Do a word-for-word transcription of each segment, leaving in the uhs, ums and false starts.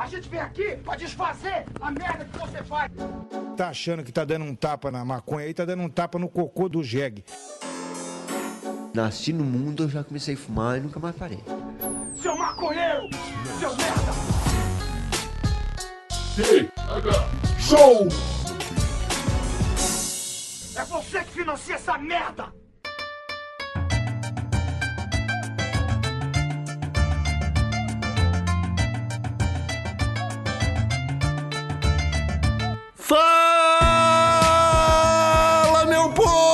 gente vem aqui pra desfazer a merda que você faz. Tá achando que tá dando um tapa na maconha aí, tá dando um tapa no cocô do jegue. Nasci no mundo, eu já comecei a fumar e nunca mais parei. Seu maconheiro! Seu merda! T H Show! É você que financia essa merda! Fala, meu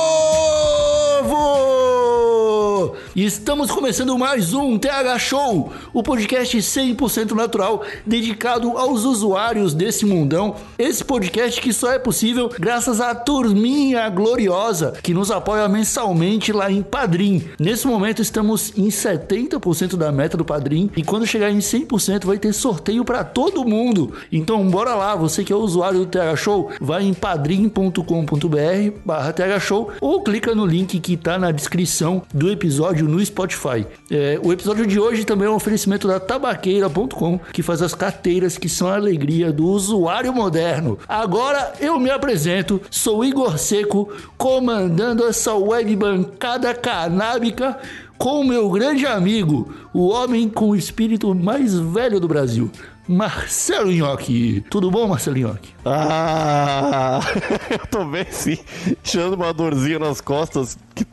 povo! Estamos começando mais um T H Show, o podcast cem por cento natural dedicado aos usuários desse mundão. Esse podcast que só é possível graças à turminha gloriosa que nos apoia mensalmente lá em Padrim. Nesse momento estamos em setenta por cento da meta do Padrim e quando chegar em cem por cento vai ter sorteio para todo mundo. Então bora lá, você que é usuário do T H Show, vai em padrim ponto com ponto b r barra T H Show ou clica no link que tá na descrição do episódio no Spotify. É, o episódio de hoje também é um oferecimento da tabaqueira ponto com, que faz as carteiras que são a alegria do usuário moderno. Agora eu me apresento, sou Igor Seco, comandando essa web bancada canábica com o meu grande amigo, o homem com o espírito mais velho do Brasil, Marcelo Nhoque. Tudo bom, Marcelo Nhoque? Ah, eu tô bem sim, tirando uma dorzinha nas costas. Que...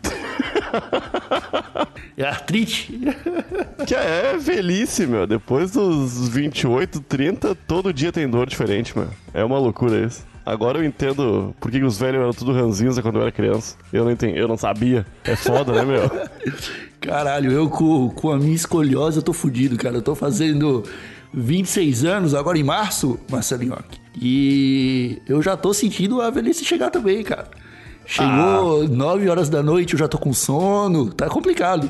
É artrite? Que é velhice, meu. Depois dos vinte e oito, trinta, todo dia tem dor diferente, meu. É uma loucura isso. Agora eu entendo por que os velhos eram tudo ranzinza quando eu era criança. Eu não entendi, eu não sabia. É foda, né, meu? Caralho, eu com, com a minha escoliose eu tô fudido, cara. Eu tô fazendo vinte e seis anos agora em março, Marcelo Nhoque. E eu já tô sentindo a velhice chegar também, cara. Chegou ah. nove horas da noite, eu já tô com sono, tá complicado.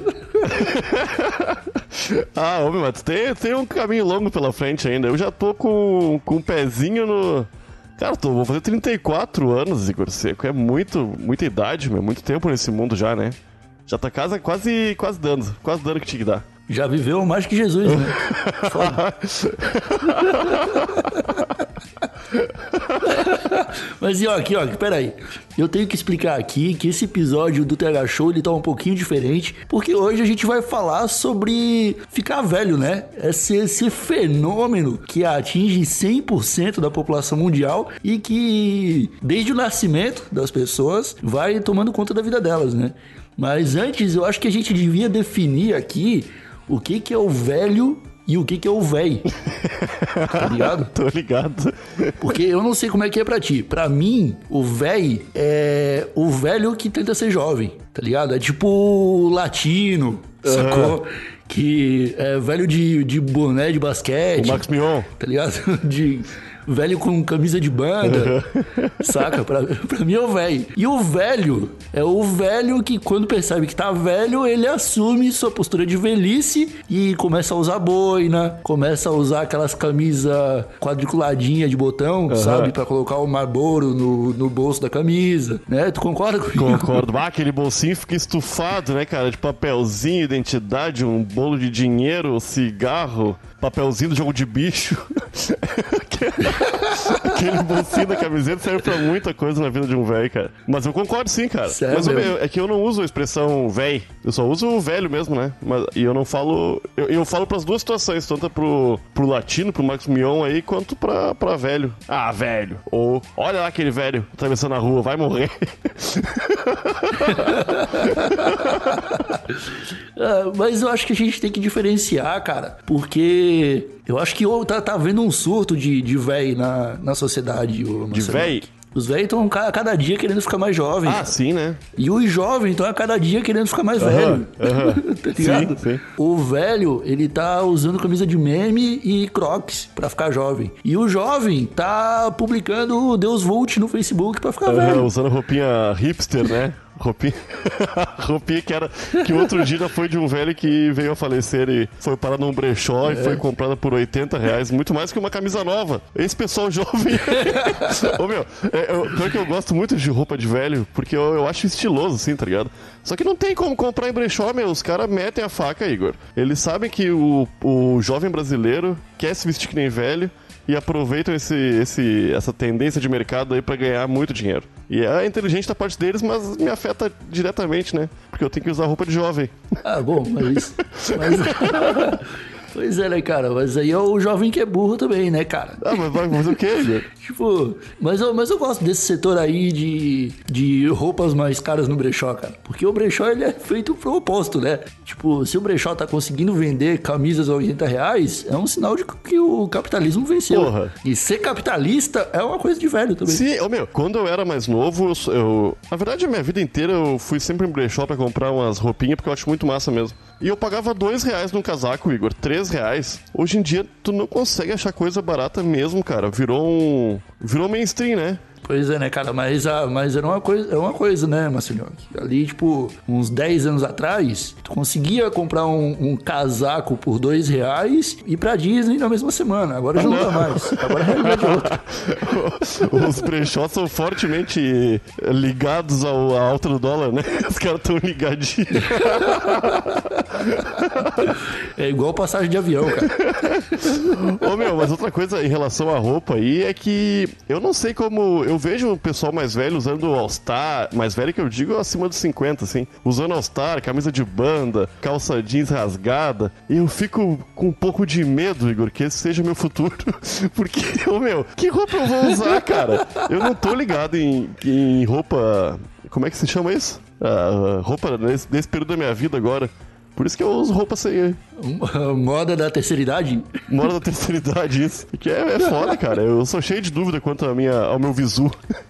Ah, homem, mas tem, tem um caminho longo pela frente ainda. Eu já tô com, com um pezinho no... Cara, tô, vou fazer trinta e quatro anos, Igor Seco. É muito, muita idade, meu, muito tempo nesse mundo já, né? Já tá quase, quase, quase dando, quase dando o que tinha que dar. Já viveu mais que Jesus, né? Foda. Mas e ó, aqui, ó, peraí. Eu tenho que explicar aqui que esse episódio do T H Show ele tá um pouquinho diferente, porque hoje a gente vai falar sobre ficar velho, né? Esse, esse fenômeno que atinge cem por cento da população mundial e que, desde o nascimento das pessoas, vai tomando conta da vida delas, né? Mas antes, eu acho que a gente devia definir aqui o que que é o velho e o que que é o véi. Tá ligado? Tô ligado. Porque eu não sei como é que é pra ti. Pra mim, o véi é o velho que tenta ser jovem, tá ligado? É tipo latino, uhum. Sacou? Que é velho de, de boné de basquete. O Max Mion. Tá ligado? De... velho com camisa de banda, saca? Pra, pra mim é o velho. E o velho é o velho que quando percebe que tá velho, ele assume sua postura de velhice e começa a usar boina, começa a usar aquelas camisas quadriculadinhas de botão, uhum. Sabe? Pra colocar o Marlboro no, no bolso da camisa, né? Tu concorda comigo? Concordo. Ah, aquele bolsinho fica estufado, né, cara? De papelzinho, identidade, um bolo de dinheiro, cigarro, papelzinho do jogo de bicho. Aquele bolsinho da camiseta serve pra muita coisa na vida de um velho, cara. Mas eu concordo sim, cara. Sério? Mas eu, é que eu não uso a expressão velho. Eu só uso o velho mesmo, né? Mas, e eu não falo... Eu, eu falo pras duas situações, tanto pro, pro latino, pro Max Mion aí, quanto pra, pra velho. Ah, velho. Ou, olha lá aquele velho atravessando a rua, vai morrer. Ah, mas eu acho que a gente tem que diferenciar, cara, porque eu acho que tá, tá havendo um surto de, de véi na, na sociedade. De véi? Os velhos estão a cada dia querendo ficar mais jovens. Ah, sim, né? E os jovens estão a cada dia querendo ficar mais uhum, velho. Uhum. Tá ligado? Sim, sim. O velho, ele tá usando camisa de meme e crocs pra ficar jovem. E o jovem tá publicando o Deus Vult no Facebook pra ficar uhum, velho. Usando roupinha hipster, né? Roupinha, roupinha que era que outro dia já foi de um velho que veio a falecer e foi parar num brechó é. E foi comprada por oitenta reais, muito mais que uma camisa nova. Esse pessoal jovem. Ô meu, é, eu, pior que eu gosto muito de roupa de velho, porque eu, eu acho estiloso, assim, tá ligado? Só que não tem como comprar em brechó, meu. Os caras metem a faca, Igor. Eles sabem que o, o jovem brasileiro quer se vestir que nem velho e aproveitam esse, esse, essa tendência de mercado aí pra ganhar muito dinheiro. E é inteligente da parte deles, mas me afeta diretamente, né? Porque eu tenho que usar roupa de jovem. Ah, bom, mas... mas... Pois é, né, cara? Mas aí é o jovem que é burro também, né, cara? Ah, mas vai fazer o quê, velho? Tipo, mas eu, mas eu gosto desse setor aí de, de roupas mais caras no brechó, cara. Porque o brechó, ele é feito pro oposto, né? Tipo, se o brechó tá conseguindo vender camisas a oitenta reais, é um sinal de que o capitalismo venceu. Porra. E ser capitalista é uma coisa de velho também. Sim, ô meu, quando eu era mais novo, eu, eu... Na verdade, a minha vida inteira eu fui sempre em brechó pra comprar umas roupinhas, porque eu acho muito massa mesmo. E eu pagava dois reais num casaco, Igor, três reais. Hoje em dia, tu não consegue achar coisa barata mesmo, cara. Virou um... Virou mainstream, né? Pois é, né, cara? Mas, ah, mas era uma coisa, era uma coisa, né, Marcelinho? Ali, tipo, uns dez anos atrás, tu conseguia comprar um, um casaco por dois reais e ir pra Disney na mesma semana. Agora já não dá mais. Agora a realidade é outra. Os brechós são fortemente ligados ao, à alta do dólar, né? Os caras tão ligadinhos. É igual passagem de avião, cara. Ô, meu, mas outra coisa em relação à roupa aí é que eu não sei como... Eu vejo o pessoal mais velho usando All-Star, mais velho que eu digo acima dos cinquenta, assim, usando All-Star, camisa de banda, calça jeans rasgada, e eu fico com um pouco de medo, Igor, que esse seja o meu futuro, porque, ô meu, que roupa eu vou usar, cara? Eu não tô ligado em, em roupa, como é que se chama isso? Ah, roupa nesse, nesse período da minha vida agora. Por isso que eu uso roupa sem... Moda da terceira idade? Moda da terceira idade, isso. Que é, é foda, cara. Eu sou cheio de dúvida quanto a minha, ao meu visu.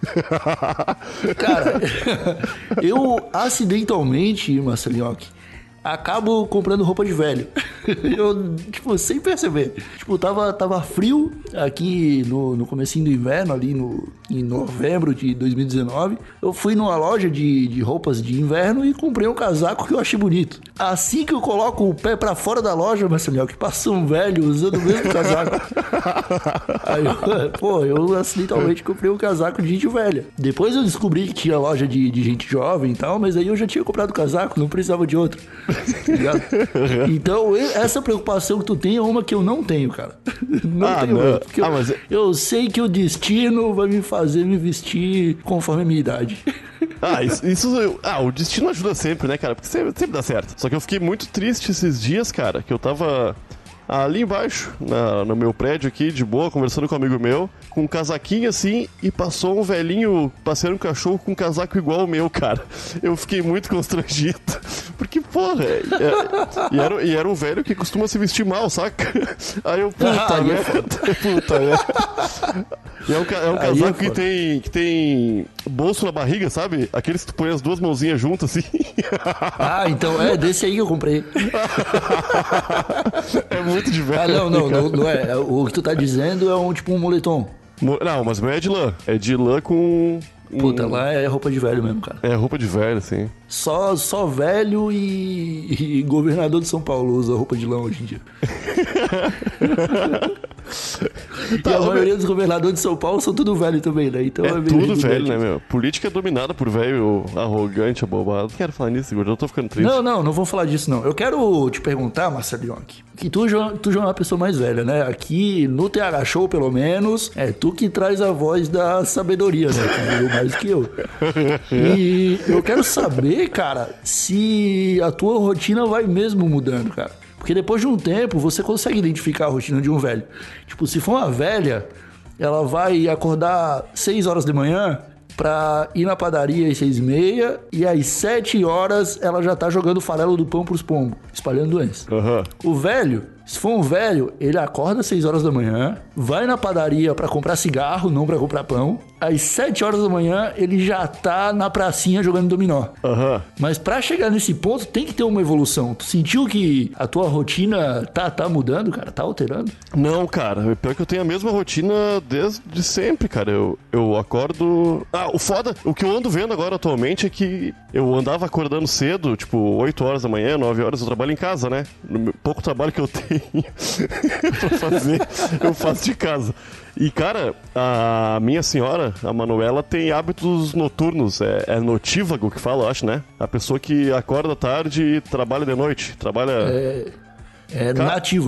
Cara, eu acidentalmente, Marcelinhoque, acabo comprando roupa de velho. Eu, tipo, sem perceber. Tipo, tava, tava frio aqui no, no comecinho do inverno, ali no, em novembro de dois mil e dezenove. Eu fui numa loja de, de roupas de inverno e comprei um casaco que eu achei bonito. Assim que eu coloco o pé pra fora da loja, Marcelinho, que passa um velho usando o mesmo casaco. Aí eu, pô, eu acidentalmente comprei um casaco de gente velha. Depois eu descobri que tinha loja de, de gente jovem e tal, mas aí eu já tinha comprado o casaco, não precisava de outro. Então, essa preocupação que tu tem é uma que eu não tenho, cara. Não ah, tenho. Não. Porque ah, eu, mas... eu sei que o destino vai me fazer me vestir conforme a minha idade. Ah, isso, isso... Ah, o destino ajuda sempre, né, cara? Porque sempre, sempre dá certo. Só que eu fiquei muito triste esses dias, cara, que eu tava... ali embaixo, na, no meu prédio aqui, de boa, conversando com um amigo meu, com um casaquinho assim, e passou um velhinho passeando um cachorro com um casaco igual ao meu, cara. Eu fiquei muito constrangido. Porque, porra, é, é, e, era, e era um velho que costuma se vestir mal, saca? Aí eu, puta ah, merda, puta merda. E é um, é um casaco é que, tem, que tem bolso na barriga, sabe? Aqueles que tu põe as duas mãozinhas juntas assim. Ah, então é desse aí que eu comprei. É muito de velho. Ah, não, não, não, não é. O que tu tá dizendo é um tipo um moletom. Mo- não, mas não é de lã. É de lã com... Um... Puta, lá é roupa de velho mesmo, cara. É roupa de velho, sim. Só, só velho e, e governador de São Paulo usa roupa de lã hoje em dia. E tá, a maioria meu... dos governadores de São Paulo são tudo velho também, né? Então é, é tudo velho, né, meu? Política é dominada por velho arrogante, abobado. Não quero falar nisso, Igor, eu tô ficando triste. Não, não, não vou falar disso, não. Eu quero te perguntar, Marcelinho, que tu já, tu já é uma pessoa mais velha, né? Aqui no T H Show, pelo menos, é tu que traz a voz da sabedoria, né? Que viu mais que eu. E eu quero saber, cara, se a tua rotina vai mesmo mudando, cara. Porque depois de um tempo, você consegue identificar a rotina de um velho. Tipo, se for uma velha, ela vai acordar seis horas de manhã pra ir na padaria às seis e meia, e às sete horas ela já tá jogando farelo do pão pros pombos, espalhando doença. Uhum. O velho, se for um velho, ele acorda às seis horas da manhã, vai na padaria pra comprar cigarro, não pra comprar pão. Às sete horas da manhã, ele já tá na pracinha jogando dominó. Uhum. Mas pra chegar nesse ponto, tem que ter uma evolução. Tu sentiu que a tua rotina tá, tá mudando, cara? Tá alterando? Não, cara. Pior que eu tenho a mesma rotina desde sempre, cara. Eu, eu acordo... Ah, o foda... O que eu ando vendo agora atualmente é que eu andava acordando cedo, tipo, oito horas da manhã, nove horas. Eu trabalho em casa, né? No pouco trabalho que eu tenho pra fazer, eu faço de casa. E, cara, a minha senhora, a Manuela, tem hábitos noturnos. É, é notívago que fala, eu acho, né? A pessoa que acorda tarde e trabalha de noite. Trabalha... É, é Cara... nativa.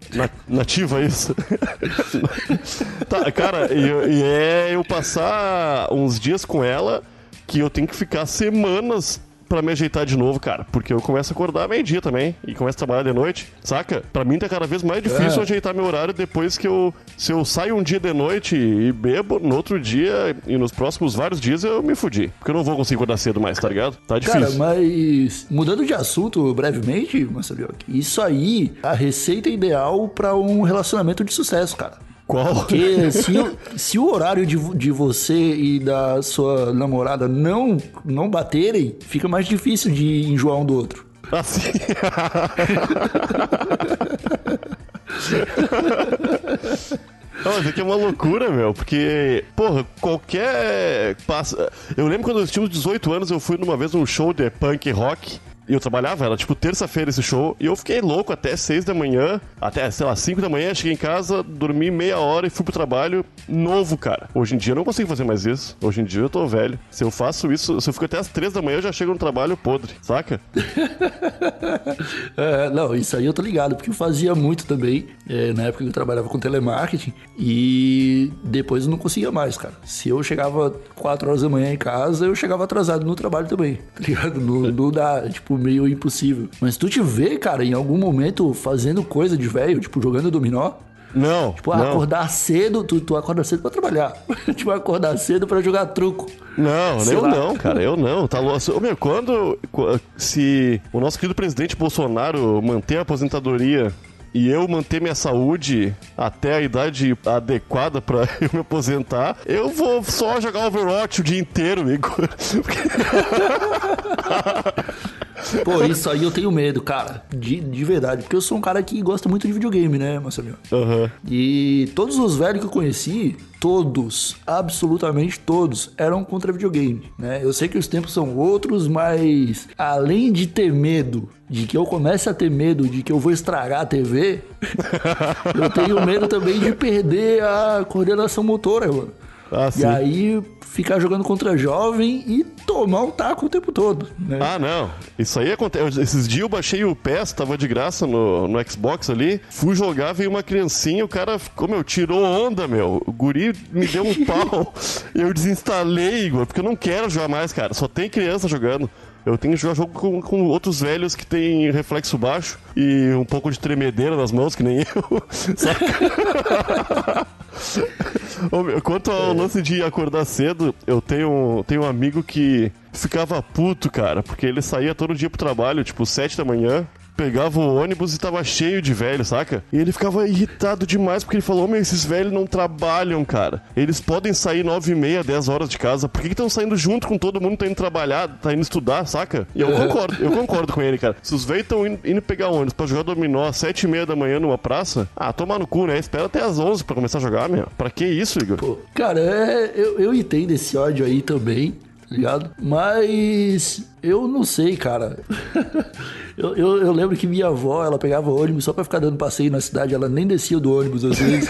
Na, nativa, isso. Tá, cara, e, e é eu passar uns dias com ela que eu tenho que ficar semanas pra me ajeitar de novo, cara. Porque eu começo a acordar meio-dia também e começo a trabalhar de noite, saca? Pra mim tá cada vez mais difícil é. ajeitar meu horário depois que eu... Se eu saio um dia de noite e bebo, no outro dia e nos próximos vários dias eu me fudi. Porque eu não vou conseguir acordar cedo mais, tá ligado? Tá difícil. Cara, mas... Mudando de assunto brevemente, Marcelo, isso aí, a receita ideal pra um relacionamento de sucesso, cara. Qual? Porque se, o- se o horário de, vo- de você e da sua namorada não, não baterem, fica mais difícil de enjoar um do outro. Assim. Não, mas aqui é uma loucura, meu, porque, porra, qualquer... Passa... Eu lembro quando eu tinha uns dezoito anos, eu fui numa vez num show de punk rock. E eu trabalhava, era tipo terça-feira esse show, e eu fiquei louco até seis da manhã, até, sei lá, cinco da manhã, cheguei em casa, dormi meia hora e fui pro trabalho novo, cara. Hoje em dia eu não consigo fazer mais isso. Hoje em dia eu tô velho. Se eu faço isso, se eu fico até as três da manhã, eu já chego no trabalho podre, saca? É, não, isso aí eu tô ligado, porque eu fazia muito também, é, na época que eu trabalhava com telemarketing, e depois eu não conseguia mais, cara. Se eu chegava quatro horas da manhã em casa, eu chegava atrasado no trabalho também, tá ligado? Não, não dá, tipo, meio impossível. Mas tu te vê, cara, em algum momento fazendo coisa de velho, tipo, jogando dominó? Não, Tipo, não. acordar cedo, tu, tu acorda cedo pra trabalhar. Tipo, acordar cedo pra jogar truco. Não, Sei eu lá. não, cara, eu não, tá louco. Ô, meu, quando, qu- se o nosso querido presidente Bolsonaro manter a aposentadoria e eu manter minha saúde até a idade adequada pra eu me aposentar, eu vou só jogar Overwatch o dia inteiro, amigo. Pô, isso aí eu tenho medo, cara. De, de verdade. Porque eu sou um cara que gosta muito de videogame, né, Marcelinho? Aham. E todos os velhos que eu conheci, todos, absolutamente todos, eram contra videogame, né? Eu sei que os tempos são outros, mas além de ter medo, de que eu comece a ter medo de que eu vou estragar a T V, eu tenho medo também de perder a coordenação motora, mano. Ah, sim. E aí ficar jogando contra jovem e tomar um taco o tempo todo, né? Ah, não. Isso aí acontece. Esses dias eu baixei o P E S, tava de graça no, no Xbox ali. Fui jogar, veio uma criancinha, o cara ficou, meu, tirou onda, meu. O guri me deu um pau. Eu desinstalei, Igor, porque eu não quero jogar mais, cara. Só tem criança jogando. Eu tenho que jogar jogo com, com outros velhos que tem reflexo baixo e um pouco de tremedeira nas mãos, que nem eu. Saca? Ô, meu, quanto ao lance de acordar cedo, eu tenho, tenho um amigo que ficava puto, cara, porque ele saía todo dia pro trabalho, tipo, sete da manhã, pegava o ônibus e tava cheio de velho, saca? E ele ficava irritado demais, porque ele falou, meu, esses velhos não trabalham, cara. Eles podem sair nove e meia, dez horas de casa, por que estão saindo junto com todo mundo, tá indo trabalhar, tá indo estudar, saca? E eu concordo, eu concordo com ele, cara. Se os velhos estão indo, indo pegar ônibus pra jogar dominó às sete e meia da manhã numa praça, ah, tomar no cu, né? Espera até às onze pra começar a jogar, meu. Pra que isso, Igor? Pô, cara, é, eu, eu entendo esse ódio aí também, tá ligado? Mas eu não sei, cara. eu, eu, eu lembro que minha avó, ela pegava ônibus só pra ficar dando passeio na cidade, ela nem descia do ônibus às vezes.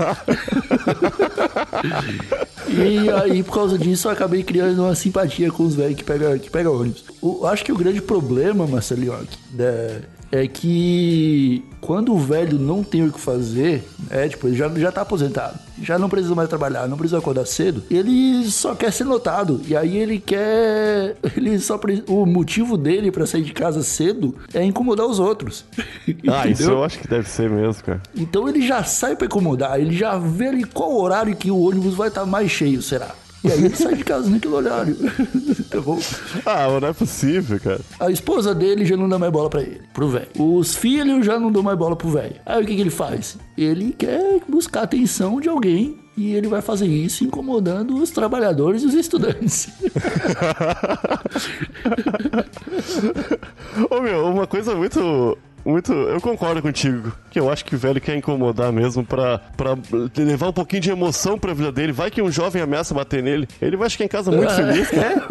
E aí, por causa disso, eu acabei criando uma simpatia com os velhos que pegam que pega ônibus. Eu acho que o grande problema, Marcelinho, né, é que quando o velho não tem o que fazer, é, tipo, ele já, já tá aposentado, já não precisa mais trabalhar, não precisa acordar cedo, ele só quer ser notado. E aí ele quer... Ele só pre- o motivo dele pra sair de casa cedo é incomodar os outros. Ah, isso Entendeu? eu acho que deve ser mesmo, cara. Então ele já sai pra incomodar, ele já vê ali qual horário que o ônibus vai estar mais cheio, será? E aí ele sai de casa naquele horário. Tá bom? Ah, mas não é possível, cara. A esposa dele já não dá mais bola pra ele, pro velho. Os filhos já não dão mais bola pro velho. Aí o que, que ele faz? Ele quer buscar a atenção de alguém e ele vai fazer isso incomodando os trabalhadores e os estudantes. Ô, meu, uma coisa muito... Muito, eu concordo contigo, que eu acho que o velho quer incomodar mesmo pra, pra levar um pouquinho de emoção pra vida dele. Vai que um jovem ameaça bater nele, ele vai ficar em casa muito feliz, cara.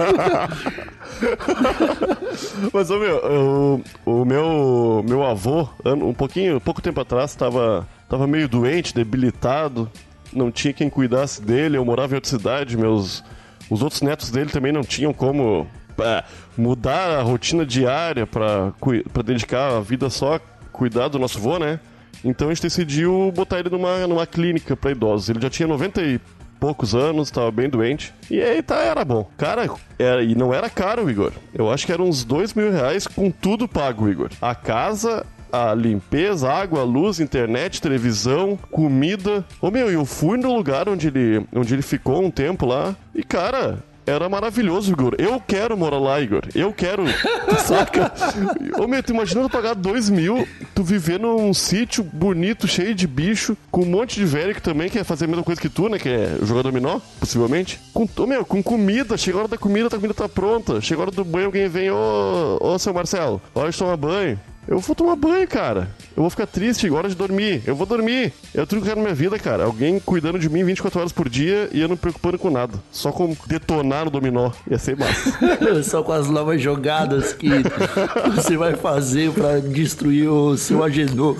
Mas, ô, meu, eu, o meu, meu avô, um pouquinho, pouco tempo atrás, tava, tava meio doente, debilitado, não tinha quem cuidasse dele, eu morava em outra cidade, meus, os outros netos dele também não tinham como... É, mudar a rotina diária pra, pra dedicar a vida só a cuidar do nosso vô, né? Então a gente decidiu botar ele numa, numa clínica pra idosos. Ele já tinha noventa e poucos anos, tava bem doente. E aí tá, era bom. Cara, era, e não era caro, Igor. Eu acho que era uns dois mil reais com tudo pago, Igor. A casa, a limpeza, água, luz, internet, televisão, comida. Ô meu, eu fui no lugar onde ele, onde ele ficou um tempo lá. E cara... Era maravilhoso, Igor. Eu quero morar lá, Igor. Eu quero. Tu saca? Ô, meu, tu imagina tu pagar dois mil, tu viver num sítio bonito, cheio de bicho, com um monte de velho que também quer fazer a mesma coisa que tu, né? Que é jogar dominó, possivelmente. Com, ô, meu, com comida. Chega a hora da comida, a comida tá pronta. Chega a hora do banho, alguém vem, ô, ô, seu Marcelo, hora de tomar banho. Eu vou tomar banho, cara. Eu vou ficar triste, hora de dormir. Eu vou dormir. Eu tudo que eu quero na minha vida, cara. Alguém cuidando de mim vinte e quatro horas por dia e eu não me preocupando com nada. Só com detonar no dominó. Ia ser massa. Só com as novas jogadas que você vai fazer pra destruir o seu Agenor.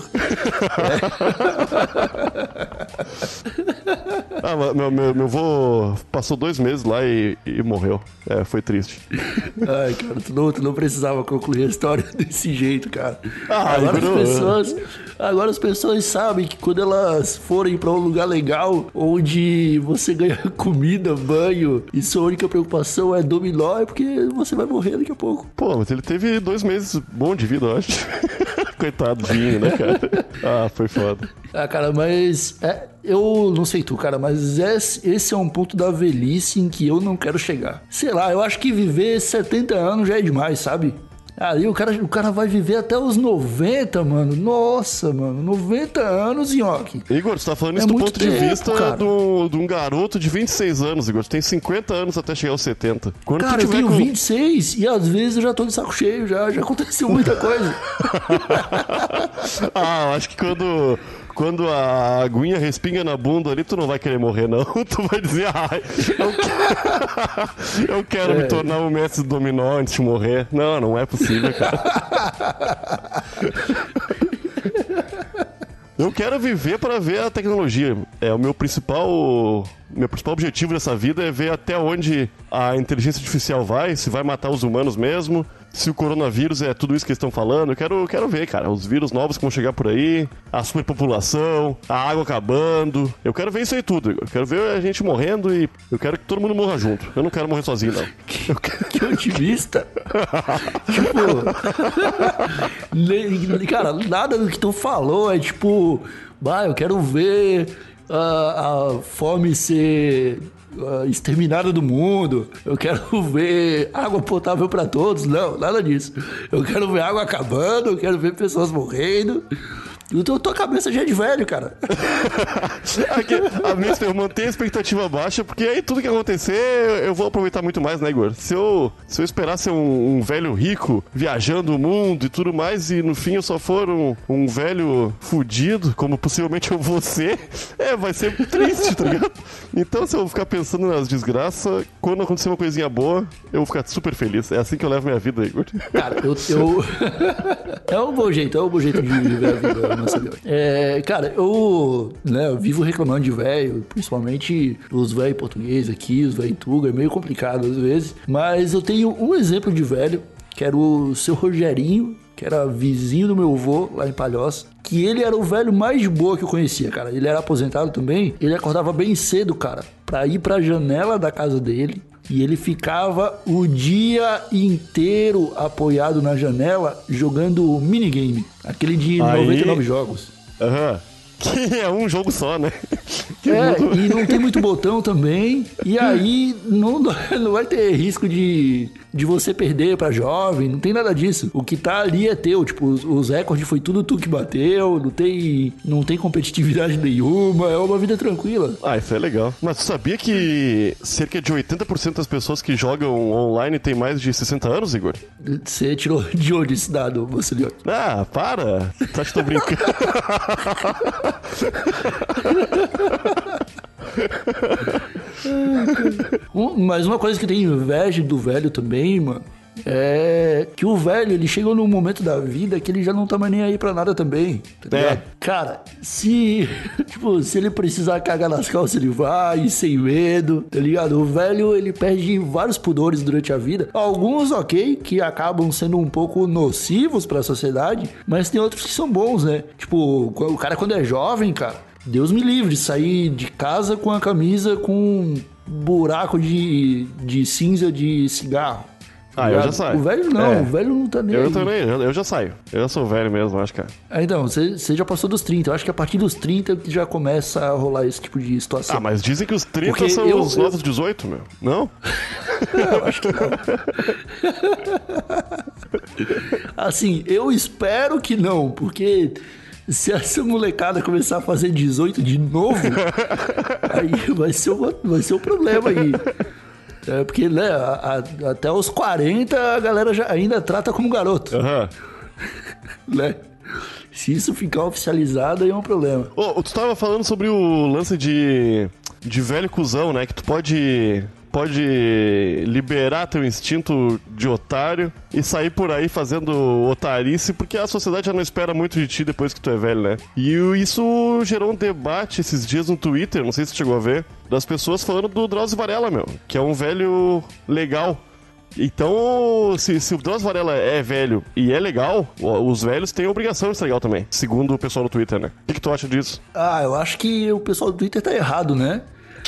Ah, meu, meu, meu avô passou dois meses lá e, e morreu. É, foi triste. Ai, cara, tu não, tu não precisava concluir a história desse jeito, cara. Ah, agora, Igor, as pessoas, agora as pessoas sabem que quando elas forem pra um lugar legal, onde você ganha comida, banho, e sua única preocupação é dominó, é porque você vai morrer daqui a pouco. Pô, mas ele teve dois meses bons de vida, eu acho. Coitadinho, né, cara? Ah, foi foda. Ah, cara, mas... É, eu não sei tu, cara, mas esse, esse é um ponto da velhice em que eu não quero chegar. Sei lá, eu acho que viver setenta anos já é demais, sabe? Aí o cara, o cara vai viver até os noventa, mano. Nossa, mano. noventa anos, Nhoque. Igor, você tá falando isso é do ponto tempo, de vista do, de um garoto de vinte e seis anos, Igor. Tu tem cinquenta anos até chegar aos setenta. Quando cara, tu tiver eu tenho com... vinte e seis e às vezes eu já tô de saco cheio. Já, já aconteceu muita coisa. Ah, eu acho que quando... Quando a aguinha respinga na bunda ali, tu não vai querer morrer, não. Tu vai dizer, ai, eu quero, eu quero é. me tornar um mestre do dominó antes de morrer. Não, não é possível, cara. Eu quero viver para ver a tecnologia. É o meu principal... Meu principal objetivo nessa vida é ver até onde a inteligência artificial vai, se vai matar os humanos mesmo, se o coronavírus é tudo isso que eles estão falando. Eu quero, quero ver, cara, os vírus novos que vão chegar por aí, a superpopulação, a água acabando. Eu quero ver isso aí tudo, Igor. Eu quero ver a gente morrendo e eu quero que todo mundo morra junto. Eu não quero morrer sozinho, não. Que, que otimista. Tipo... cara, nada do que tu falou é tipo... Bah, eu quero ver... A, a fome ser uh, exterminada do mundo. Eu quero ver água potável pra todos. Não, nada disso. Eu quero ver água acabando. Eu quero ver pessoas morrendo. Eu tô, tua cabeça já é de velho, cara. Aqui, a minha, eu mantenho a expectativa baixa, porque aí tudo que acontecer, eu vou aproveitar muito mais, né, Igor? Se eu, se eu esperar ser um, um velho rico, viajando o mundo e tudo mais, e no fim eu só for um, um velho fudido, como possivelmente eu vou ser, é, vai ser triste, tá ligado? Então, se eu ficar pensando nas desgraças, quando acontecer uma coisinha boa, eu vou ficar super feliz. É assim que eu levo minha vida, Igor. Cara, eu... eu... é um bom jeito, é um bom jeito de viver a vida. É, cara, eu, né, eu vivo reclamando de velho, principalmente os velhos portugueses aqui, os velhos tuga, é meio complicado às vezes, mas eu tenho um exemplo de velho, que era o seu Rogerinho, que era vizinho do meu avô lá em Palhoça, que ele era o velho mais de boa que eu conhecia, cara. Ele era aposentado também, ele acordava bem cedo, cara, pra ir pra janela da casa dele. E ele ficava o dia inteiro apoiado na janela jogando minigame. Aquele de Aí... noventa e nove jogos. Aham. Uhum. Que é um jogo só, né? Que é, mundo... e não tem muito botão também. E aí não, não vai ter risco de, de você perder pra jovem. Não tem nada disso. O que tá ali é teu. Tipo, os, os recordes foi tudo tu que bateu. Não tem, não tem competitividade nenhuma. É uma vida tranquila. Ah, isso é legal. Mas tu sabia que cerca de oitenta por cento das pessoas que jogam online tem mais de sessenta anos, Igor? Você tirou de onde esse dado, Marcelinho? Ah, para. Tu acha que tô brincando? um, mas uma coisa que tem inveja do velho também, mano, é que o velho, ele chegou num momento da vida que ele já não tá mais nem aí pra nada também, tá ligado? É. Cara, se, tipo, se ele precisar cagar nas calças, ele vai, sem medo, tá ligado? O velho, ele perde vários pudores durante a vida. Alguns, ok, que acabam sendo um pouco nocivos pra sociedade, mas tem outros que são bons, né? Tipo, o cara quando é jovem, cara, Deus me livre, sair de casa com a camisa com buraco de, de cinza de cigarro. Ah, eu já saio. O velho não, É. o velho não tá nem Eu aí. também, eu eu já saio. Eu já sou velho mesmo, acho, cara. Ah, então, você você já passou dos trinta. Eu acho que a partir dos trinta que já começa a rolar esse tipo de situação. Ah, mas dizem que os trinta Porque são eu- os eu- novos dezoito, meu. Não? Eu acho que não. Assim, eu espero que não, porque se essa molecada começar a fazer dezoito de novo, aí vai ser, uma, vai ser um problema aí. É porque, né, a- a- até os quarenta a galera já ainda trata como garoto, Aham. né? Se isso ficar oficializado, aí é um problema. Ô, tu tava falando sobre o lance de, de velho cuzão, né? Que tu pode, pode liberar teu instinto de otário e sair por aí fazendo otarice, porque a sociedade já não espera muito de ti depois que tu é velho, né? E o- isso gerou um debate esses dias no Twitter, não sei se tu chegou a ver, das pessoas falando do Drauzio Varela, meu, que é um velho legal. Então, se, se o Drauzio Varela é velho e é legal, o- os velhos têm a obrigação de ser legal também, segundo o pessoal no Twitter, né? O que, que tu acha disso? Ah, eu acho que o pessoal do Twitter tá errado, né?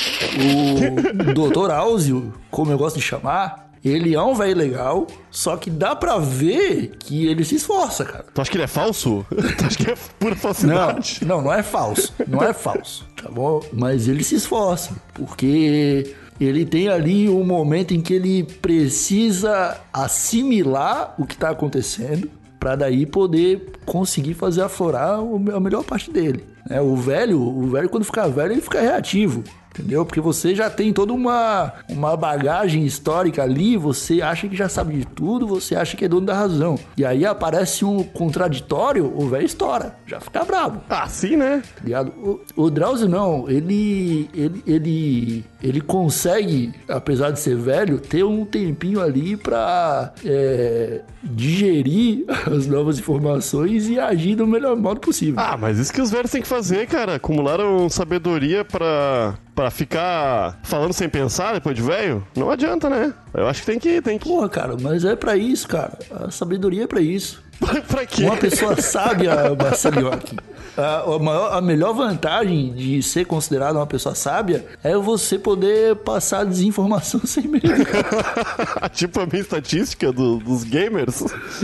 O doutor Áuzio, como eu gosto de chamar, ele é um velho legal, só que dá pra ver que ele se esforça, cara. Tu acha que ele é falso? Tu acha que é pura Não, falsidade? não, não é falso. Não é falso, tá bom? Mas ele se esforça, porque ele tem ali um momento em que ele precisa assimilar o que tá acontecendo pra daí poder conseguir fazer aflorar o- a melhor parte dele, né? O velho, o velho quando fica velho, ele fica reativo. Entendeu? Porque você já tem toda uma, uma bagagem histórica ali, você acha que já sabe de tudo, você acha que é dono da razão. E aí aparece um contraditório, o velho estoura, já fica bravo. Ah, sim, né? Tá ligado? O, o Drauzio não, ele, ele, ele, ele consegue, apesar de ser velho, ter um tempinho ali pra é, digerir as novas informações e agir do melhor modo possível. Ah, mas isso que os velhos têm que fazer, cara. Acumularam sabedoria pra, pra ficar falando sem pensar depois de velho? Não adianta, né? Eu acho que tem que... Tem que... Porra, cara, mas é pra isso, cara. A sabedoria é pra isso. pra quê? Uma pessoa sábia, Marcelinho, aqui. A, a, maior, a melhor vantagem de ser considerado uma pessoa sábia é você poder passar desinformação sem medo. Tipo a minha estatística do- dos gamers.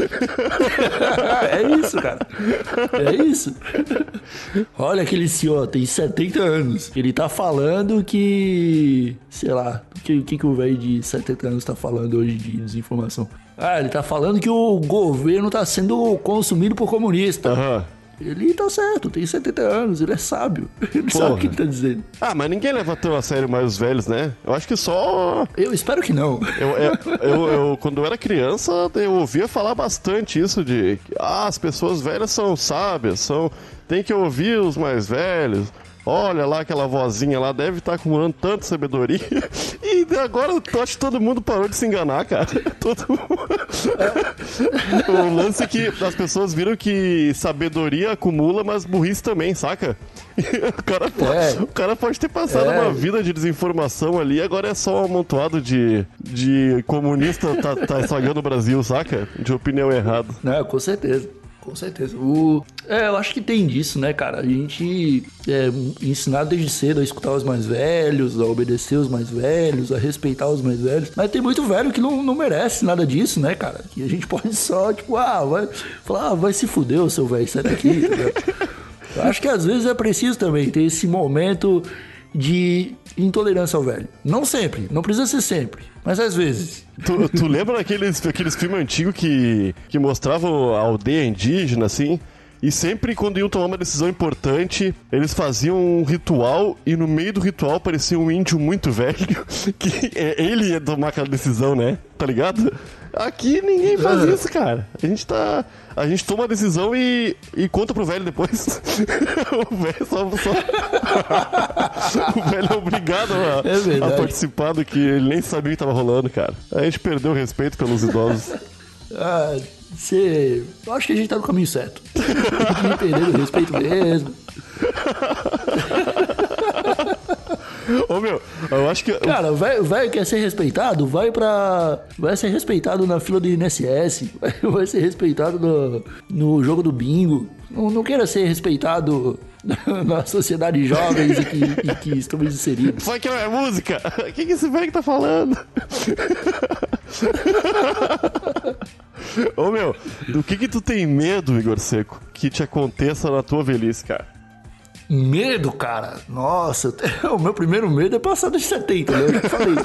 É isso, cara. É isso. Olha aquele senhor, tem setenta anos. Ele tá falando que... Sei lá, o que, que, que o velho de setenta anos tá falando hoje de desinformação? Ah, ele tá falando que o governo tá sendo consumido por comunista. Aham. Ele tá certo, tem setenta anos, ele é sábio. Ele Porra. sabe o que ele tá dizendo. Ah, mas ninguém leva tão a sério mais os velhos, né? Eu acho que só... Eu espero que não. Eu, eu, eu, eu- quando eu era criança, eu ouvia falar bastante isso de... que, Ah, as pessoas velhas são sábias, são... Tem que ouvir os mais velhos. Olha lá aquela vozinha lá, deve estar acumulando tanta sabedoria. E agora eu acho que todo mundo parou de se enganar, cara. Todo mundo... O lance é que as pessoas viram que sabedoria acumula, mas burrice também, saca? O cara, pode, É. o cara pode ter passado É. uma vida de desinformação ali, agora é só um amontoado de, de comunista tá, tá estragando o Brasil, saca? De opinião errada. Não, com certeza. Com certeza. O... É, eu acho que tem disso, né, cara? A gente é ensinado desde cedo a escutar os mais velhos, a obedecer os mais velhos, a respeitar os mais velhos. Mas tem muito velho que não, não merece nada disso, né, cara? Que a gente pode só, tipo, ah, vai falar, ah, vai se fuder, ô seu velho, sai daqui, entendeu? Eu acho que às vezes é preciso também ter esse momento de intolerância ao velho. Não sempre, não precisa ser sempre, mas às vezes. Tu, tu lembra daqueles aqueles filmes antigos que, que mostravam a aldeia indígena, assim? E sempre quando iam tomar uma decisão importante, eles faziam um ritual e no meio do ritual parecia um índio muito velho, que ele ia tomar aquela decisão, né? Tá ligado? Aqui ninguém faz isso, cara. A gente tá... A gente toma a decisão e, e conta pro velho depois. O velho só... só... o velho é obrigado a, é a participar do que ele nem sabia que tava rolando, cara. A gente perdeu o respeito pelos idosos. Ah, você... Eu acho que a gente tá no caminho certo. Tem que perder o respeito mesmo. Ô meu, eu acho que... Cara, o velho, velho quer ser respeitado, vai pra... Vai ser respeitado na fila do I N S S, vai, vai ser respeitado no, no jogo do bingo. Não, não queira ser respeitado na sociedade jovens e que, e que estamos inseridos. Só que não é música? O que, que esse velho tá falando? Ô meu, do que que tu tem medo, Igor Seco, que te aconteça na tua velhice, cara? Medo, cara? Nossa, o meu primeiro medo é passar dos setenta, né? Eu já falei.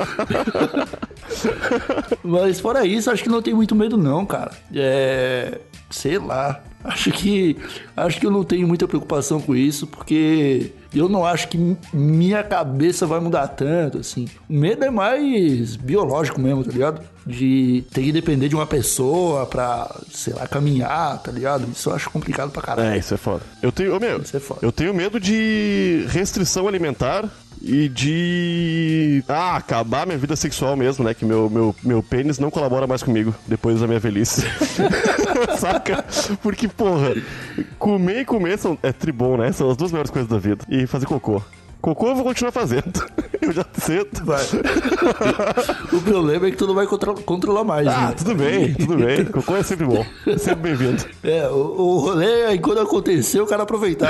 Mas fora isso, acho que não tem muito medo não, cara. É... Sei lá. Acho que, acho que eu não tenho muita preocupação com isso, porque eu não acho que minha cabeça vai mudar tanto, assim. O medo é mais biológico mesmo, tá ligado? De ter que depender de uma pessoa pra, sei lá, caminhar, tá ligado? Isso eu acho complicado pra caralho. É, isso é foda. Eu tenho, ô, meu, Isso é foda. eu tenho medo de restrição alimentar e de... Ah, acabar minha vida sexual mesmo, né? Que meu, meu, meu pênis não colabora mais comigo depois da minha velhice. Saca? Porque, porra, comer e comer são, é tribom, né? São as duas melhores coisas da vida. E fazer cocô. Cocô eu vou continuar fazendo. Eu já cedo. Vai. O problema é que tu não vai contro- controlar mais, Ah, né? tudo bem, tudo bem. Cocô é sempre bom. É sempre bem-vindo. É, o, o rolê é quando acontecer o cara aproveitar.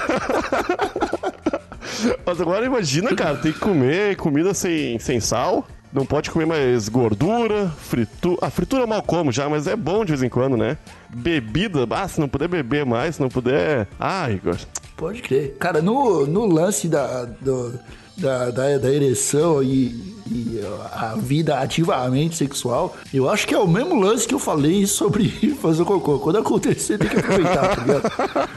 Mas agora imagina, cara, tem que comer comida sem, sem sal. Não pode comer mais gordura, fritura. Ah, fritura eu mal como já, mas é bom de vez em quando, né? Bebida, ah, se não puder beber mais, se não puder... Ah, Igor... Pode crer. Cara, no, no lance da, do, da, da, da ereção e, e a vida ativamente sexual, eu acho que é o mesmo lance que eu falei sobre fazer cocô. Quando acontecer, tem que aproveitar, tá ligado?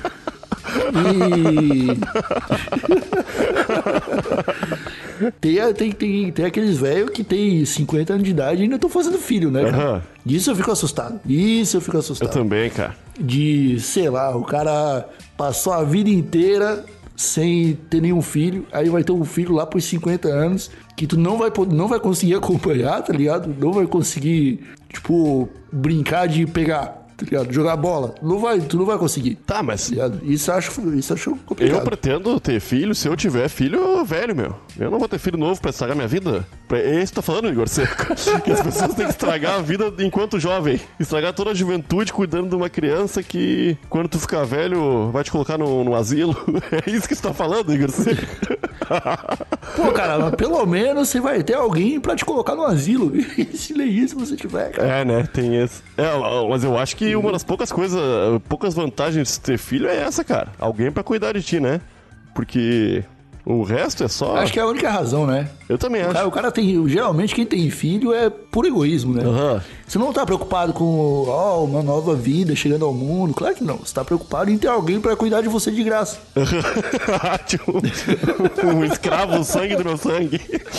E... tem, tem, tem, tem aqueles velhos que tem cinquenta anos de idade e ainda estão fazendo filho, né, cara? Uhum. Isso eu fico assustado. Isso eu fico assustado. Eu também, cara. De, sei lá, o cara passou a vida inteira sem ter nenhum filho, aí vai ter um filho lá por cinquenta anos que tu não vai, não vai conseguir acompanhar, tá ligado? Não vai conseguir, tipo, brincar de pegar, tá ligado? Jogar bola. Não vai, tu não vai conseguir. Tá, mas... Tá ligado? Isso eu acho, isso eu acho complicado. Eu pretendo ter filho, se eu tiver filho, velho, meu. Eu não vou ter filho novo pra estragar minha vida. É isso que tá falando, Igor Seco. Que as pessoas têm que estragar a vida enquanto jovem. Estragar toda a juventude cuidando de uma criança que, quando tu ficar velho, vai te colocar no, no asilo. É isso que você tá falando, Igor Seco? Pô, cara, mas pelo menos você vai ter alguém pra te colocar no asilo. Se ler isso você tiver, cara. É, né? Tem esse. É, mas eu acho que uma das poucas coisas, poucas vantagens de ter filho é essa, cara. Alguém pra cuidar de ti, né? Porque o resto é só... Acho que é a única razão, né? Eu também O acho. cara, o cara tem... Geralmente quem tem filho é por egoísmo, né? Aham. Você não tá preocupado com ó, uma nova vida chegando ao mundo. Claro que não. Você tá preocupado em ter alguém pra cuidar de você de graça. Tipo, um escravo, o sangue do meu sangue.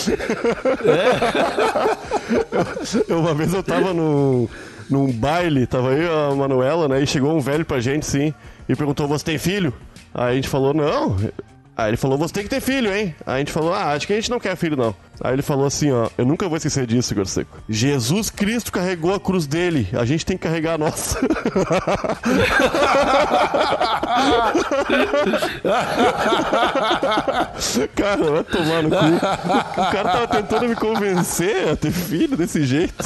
É. Eu, uma vez eu tava no, num baile, tava aí a Manuela, né? E chegou um velho pra gente, sim, e perguntou: você tem filho? Aí a gente falou: não. Aí ele falou: você tem que ter filho, hein? Aí a gente falou: ah, acho que a gente não quer filho, não. Aí ele falou assim, ó: eu nunca vou esquecer disso, Igor Seco. Jesus Cristo carregou a cruz dele, a gente tem que carregar a nossa. Cara, vai tomar no cu. O cara tava tentando me convencer a ter filho desse jeito.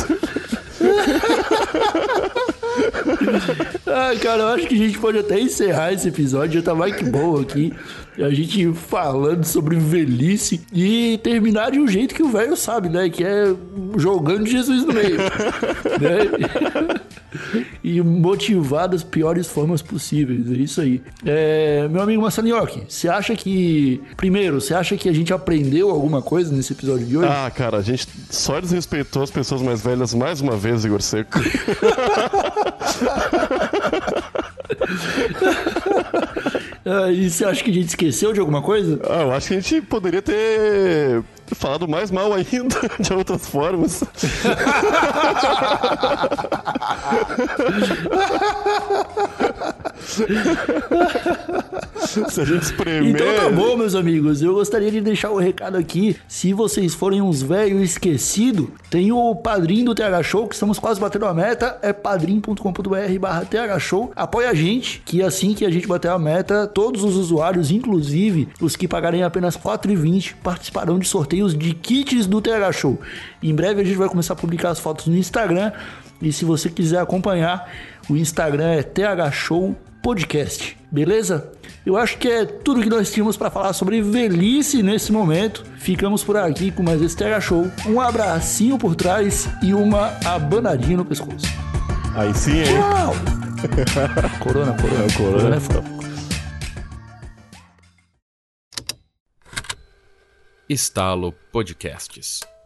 Ah, cara, eu acho que a gente pode até encerrar esse episódio. Já tá mais que bom aqui. A gente falando sobre velhice e terminar de um jeito que o velho sabe, né? Que é jogando Jesus no meio. Né? E motivar das piores formas possíveis. É isso aí. É, meu amigo Massanioki, você acha que... Primeiro, você acha que a gente aprendeu alguma coisa nesse episódio de hoje? Ah, cara, a gente só desrespeitou as pessoas mais velhas mais uma vez, Igor Seco. Ah, e você acha que a gente esqueceu de alguma coisa? Ah, eu acho que a gente poderia ter falado mais mal ainda, de outras formas. Se a gente espremer... Então tá bom, meus amigos. Eu gostaria de deixar o recado aqui. Se vocês forem uns velhos esquecidos, tem o padrinho do T H Show, que estamos quase batendo a meta. É padrim ponto com ponto br barra T H Show. Apoia a gente, que assim que a gente bater a meta, todos os usuários, inclusive os que pagarem apenas quatro reais e vinte centavos, participarão de sorteios de kits do T H Show. Em breve a gente vai começar a publicar as fotos no Instagram. E se você quiser acompanhar, o Instagram é T H Show Podcast. Beleza? Eu acho que é tudo que nós tínhamos para falar sobre velhice nesse momento. Ficamos por aqui com mais esse T H Show. Um abracinho por trás e uma abanadinha no pescoço. Aí sim, hein? Tchau! Corona, corona, É, corona. corona é foda. Estalo Podcasts.